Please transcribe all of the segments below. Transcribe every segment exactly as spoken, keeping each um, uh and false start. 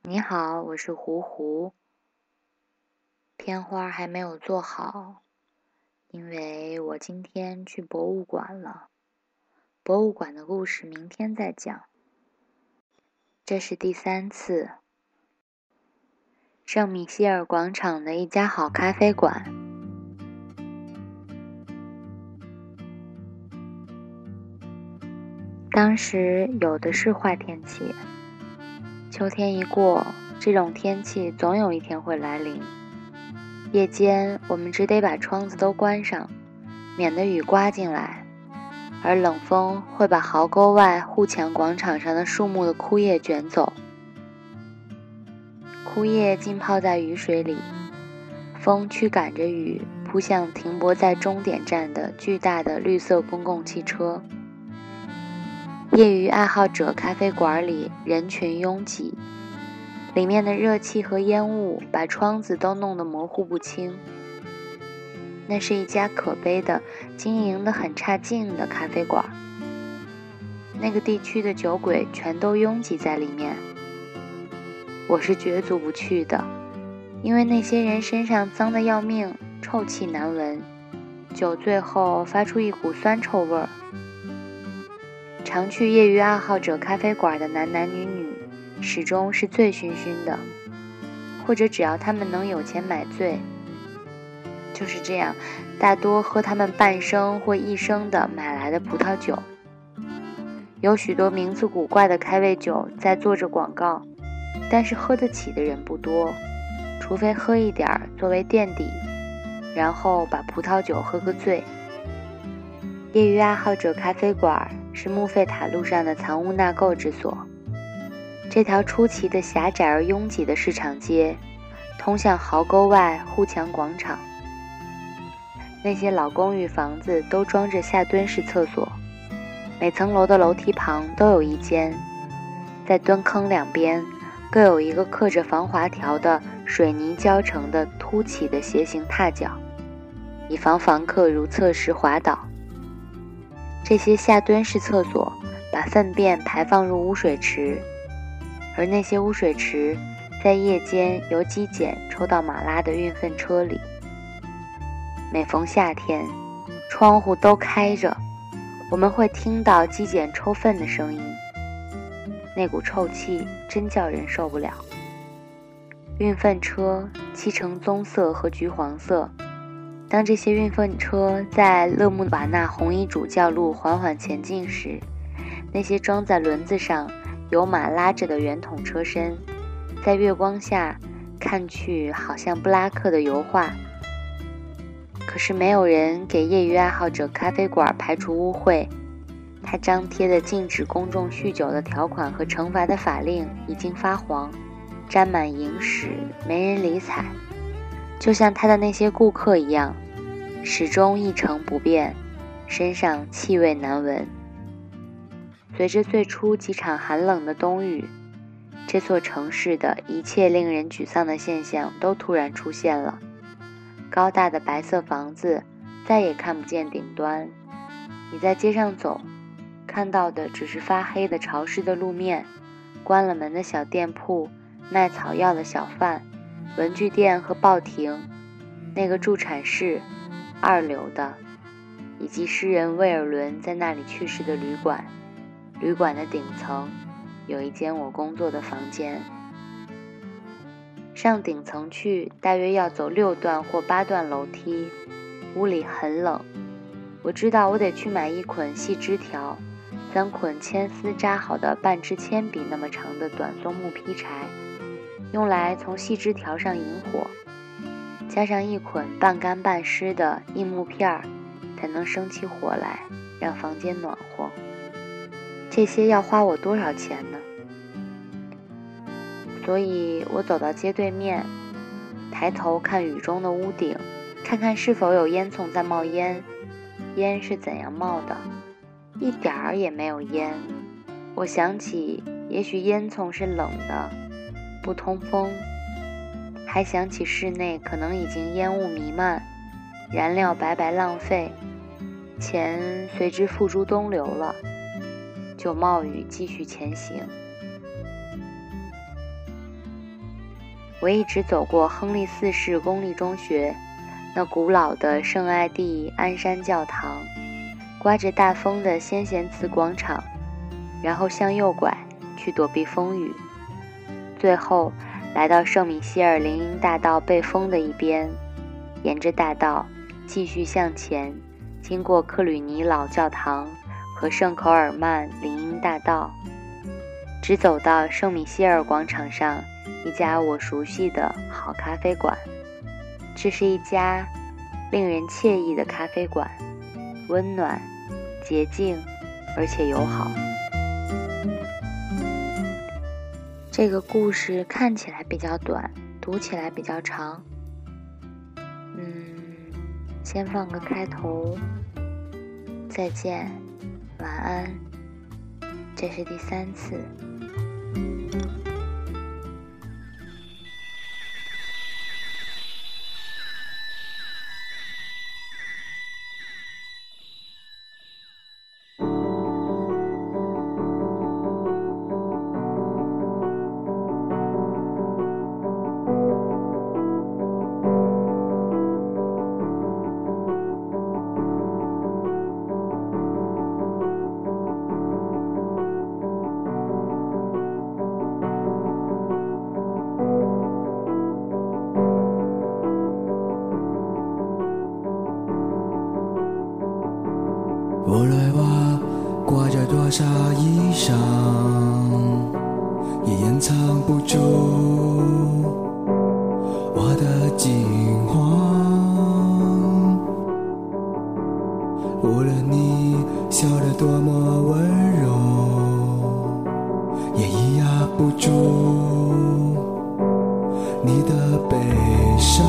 你好，我是胡胡。片花还没有做好，因为我今天去博物馆了。博物馆的故事明天再讲。这是第三次。圣米歇尔广场的一家好咖啡馆。当时有的是坏天气，秋天一过，这种天气总有一天会来临。夜间我们只得把窗子都关上，免得雨刮进来，而冷风会把壕沟外护墙广场上的树木的枯叶卷走。枯叶浸泡在雨水里，风驱赶着雨扑向停泊在终点站的巨大的绿色公共汽车。业余爱好者咖啡馆里人群拥挤，里面的热气和烟雾把窗子都弄得模糊不清。那是一家可悲的、经营得很差劲的咖啡馆。那个地区的酒鬼全都拥挤在里面。我是绝足不去的，因为那些人身上脏得要命，臭气难闻，酒醉后发出一股酸臭味儿。常去业余爱好者咖啡馆的男男女女始终是醉醺醺的，或者只要他们能有钱买醉。就是这样，大多喝他们半升或一升的买来的葡萄酒。有许多名字古怪的开胃酒在做着广告，但是喝得起的人不多，除非喝一点作为垫底，然后把葡萄酒喝个醉。业余爱好者咖啡馆是穆费塔路上的藏污纳垢之所。这条出奇的狭窄而拥挤的市场街通向壕沟外护墙广场。那些老公寓房子都装着下蹲式厕所，每层楼的楼梯旁都有一间，在蹲坑两边各有一个刻着防滑条的水泥浇成的凸起的斜形踏脚，以防房客如厕时滑倒。这些下蹲式厕所把粪便排放入污水池，而那些污水池在夜间由机检抽到马拉的运粪车里。每逢夏天，窗户都开着，我们会听到机检抽粪的声音，那股臭气真叫人受不了。运粪车漆成棕色和橘黄色，当这些运粪车在勒穆瓦纳红衣主教路缓缓前进时，那些装在轮子上有马拉着的圆筒车身在月光下看去好像布拉克的油画。可是没有人给业余爱好者咖啡馆排除污秽，他张贴的禁止公众酗酒的条款和惩罚的法令已经发黄，沾满蝇屎，没人理睬，就像他的那些顾客一样，始终一成不变，身上气味难闻。随着最初几场寒冷的冬雨，这座城市的一切令人沮丧的现象都突然出现了。高大的白色房子再也看不见顶端，你在街上走，看到的只是发黑的潮湿的路面，关了门的小店铺，卖草药的小贩，文具店和报亭，那个助产室，二流的，以及诗人威尔伦在那里去世的旅馆。旅馆的顶层有一间我工作的房间。上顶层去大约要走六段或八段楼梯，屋里很冷。我知道我得去买一捆细枝条，三捆铅丝扎好的半支铅笔那么长的短松木劈柴，用来从细枝条上引火，加上一捆半干半湿的硬木片，才能生起火来，让房间暖和。这些要花我多少钱呢？所以我走到街对面，抬头看雨中的屋顶，看看是否有烟囱在冒烟。烟是怎样冒的？一点儿也没有烟。我想起，也许烟囱是冷的，不通风。还想起室内可能已经烟雾弥漫，燃料白白浪费，钱随之付诸东流了，就冒雨继续前行。 我一直走过亨利四世公立中学，那古老的圣艾蒂安山教堂，刮着大风的先贤祠广场，然后向右拐去躲避风雨，最后来到圣米歇尔林荫大道背风的一边，沿着大道继续向前，经过克吕尼老教堂和圣口尔曼林荫大道，直走到圣米歇尔广场上一家我熟悉的好咖啡馆。这是一家令人惬意的咖啡馆，温暖、洁净，而且友好。这个故事看起来比较短，读起来比较长。嗯，先放个开头。再见，晚安。这是第三次。 我来哇，挂着多少衣裳，也掩藏不住我的惊慌。无论你笑得多么温柔，也抑压不住你的悲伤。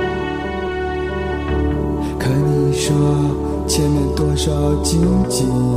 前面多少荆棘，